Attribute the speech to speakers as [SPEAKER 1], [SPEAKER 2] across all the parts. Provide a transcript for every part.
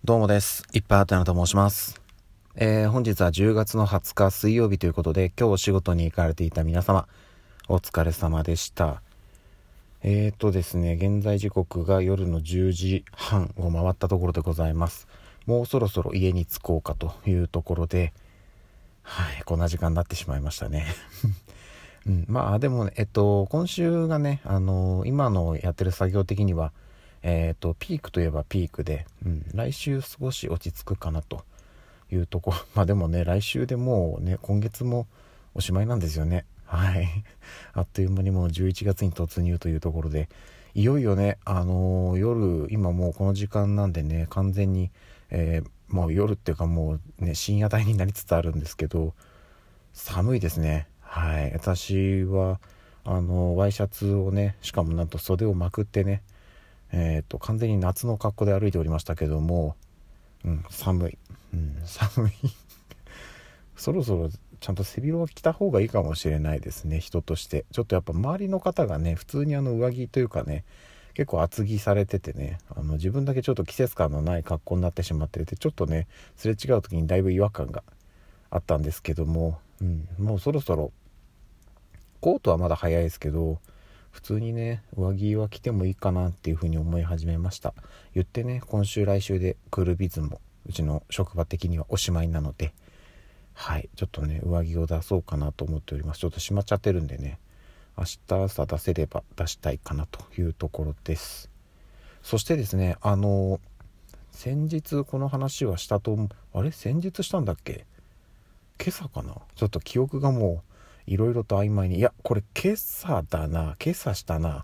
[SPEAKER 1] どうもです。いっぱいあったなと申します。本日は10月の20日水曜日ということで、今日お仕事に行かれていた皆様、お疲れ様でした。ですね、現在時刻が夜の10時半を回ったところでございます。もうそろそろ家に着こうかというところで、こんな時間になってしまいましたね。まあでもね、今週がね、今のやってる作業的には、ピークといえばピークで、来週少し落ち着くかなというところ。まあでもね、来週でもうね、今月もおしまいなんですよね。あっという間にもう11月に突入というところで、いよいよね、夜、今もうこの時間なんでね、完全に、もう夜っていうかもうね、深夜帯になりつつあるんですけど、寒いですね。私はワイシャツをね、しかもなんと袖をまくってね、完全に夏の格好で歩いておりましたけども、寒い、寒いそろそろちゃんと背広は着た方がいいかもしれないですね、人として。ちょっとやっぱ周りの方がね、普通に上着というかね、結構厚着されててね、自分だけちょっと季節感のない格好になってしまってて、ちょっとね、すれ違う時にだいぶ違和感があったんですけども、もうそろそろコートはまだ早いですけど、普通にね、上着は着てもいいかなっていうふうに思い始めました。言ってね、今週来週でクールビズもうちの職場的にはおしまいなので、ちょっとね、上着を出そうかなと思っております。ちょっとしまっちゃってるんでね、明日朝出せれば出したいかなというところです。そしてですね、先日この話はしたと、先日したんだっけ、今朝かな、ちょっと記憶がもういろいろと曖昧に、いやこれ今朝だな、今朝したな。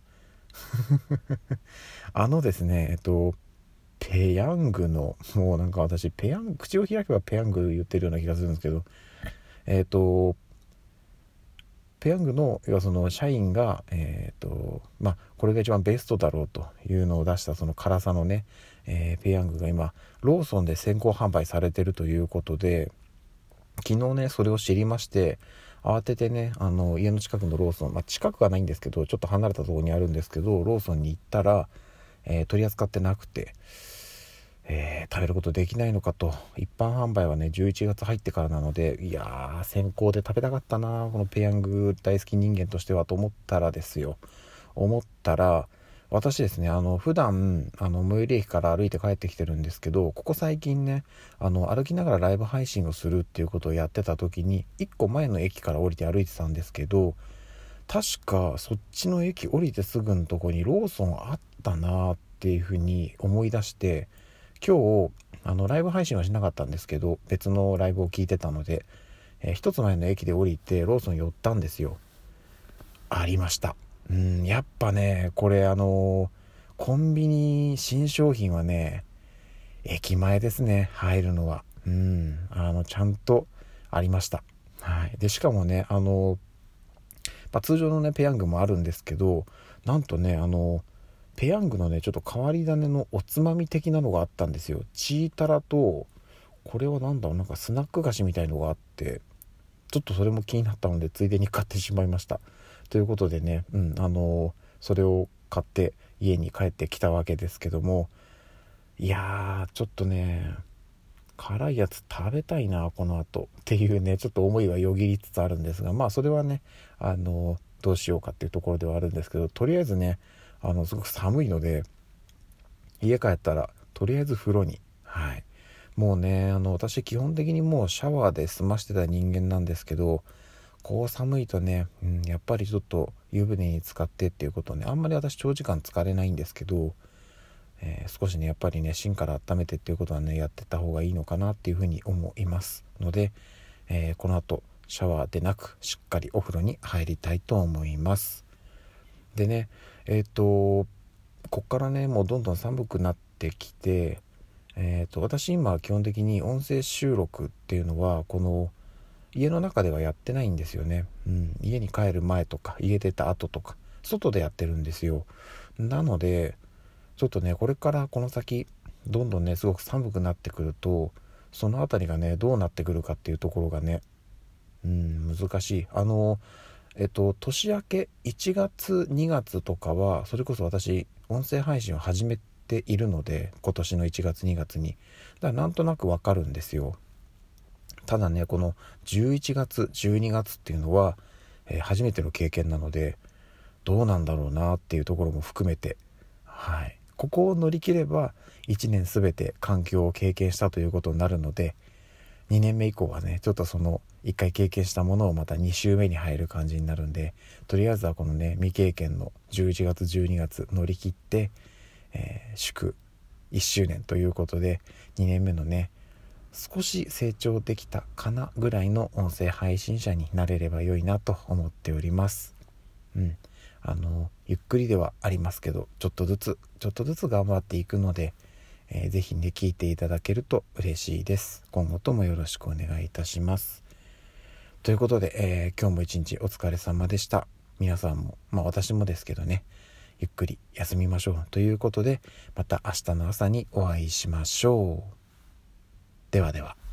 [SPEAKER 1] ですね、ペヤングの、もうなんか私ペヤング、口を開けばペヤング言ってるような気がするんですけど、ペヤングの要はその社員がこれが一番ベストだろうというのを出したその辛さのね、ペヤングが今ローソンで先行販売されてるということで、昨日ねそれを知りまして、慌ててね家の近くのローソン、近くはないんですけどちょっと離れたところにあるんですけど、ローソンに行ったら、取り扱ってなくて、食べることできないのかと。一般販売はね11月入ってからなので、いやー先行で食べたかったな、このペヤング大好き人間としてはと思ったら私ですね、普段最寄り駅から歩いて帰ってきてるんですけど、ここ最近ね歩きながらライブ配信をするっていうことをやってた時に1個前の駅から降りて歩いてたんですけど、確かそっちの駅降りてすぐのとこにローソンあったなっていうふうに思い出して、今日ライブ配信はしなかったんですけど、別のライブを聞いてたので、一つ前の駅で降りてローソン寄ったんですよ。ありました。やっぱねこれコンビニ新商品はね、駅前ですね、入るのは。ちゃんとありました。でしかもね通常のねペヤングもあるんですけど、なんとねペヤングのねちょっと変わり種のおつまみ的なのがあったんですよ。チータラと、これはなんだろう、なんかスナック菓子みたいのがあって、ちょっとそれも気になったのでついでに買ってしまいました。ということでね、それを買って家に帰ってきたわけですけども、いやーちょっとね辛いやつ食べたいなこの後っていうね、ちょっと思いはよぎりつつあるんですが、それはねどうしようかっていうところではあるんですけど、とりあえずねすごく寒いので家帰ったらとりあえず風呂に、もうね私基本的にもうシャワーで済ましてた人間なんですけど、こう寒いとね、やっぱりちょっと湯船に浸かってっていうことをね、あんまり私長時間浸かれないんですけど、少しねやっぱりね芯から温めてっていうことはねやってた方がいいのかなっていうふうに思いますので、この後シャワーでなくしっかりお風呂に入りたいと思います。でねこっからねもうどんどん寒くなってきて、私今基本的に音声収録っていうのはこの家の中ではやってないんですよね。家に帰る前とか家出た後とか外でやってるんですよ。なのでちょっとねこれからこの先どんどんねすごく寒くなってくると、そのあたりがねどうなってくるかっていうところがね難しい。年明け1月2月とかはそれこそ私音声配信を始めているので、今年の1月2月にだからなんとなくわかるんですよ。ただね、この11月12月っていうのは、初めての経験なのでどうなんだろうなっていうところも含めて、はい、ここを乗り切れば1年すべて環境を経験したということになるので、2年目以降はね、ちょっとその1回経験したものをまた2週目に入る感じになるんで、とりあえずはこのね未経験の11月12月乗り切って、祝1周年ということで2年目のね少し成長できたかなぐらいの音声配信者になれれば良いなと思っております。ゆっくりではありますけど、ちょっとずつ頑張っていくので、ぜひね聞いていただけると嬉しいです。今後ともよろしくお願いいたします。ということで、今日も一日お疲れ様でした。皆さんも、私もですけどね、ゆっくり休みましょうということで、また明日の朝にお会いしましょう。ではでは。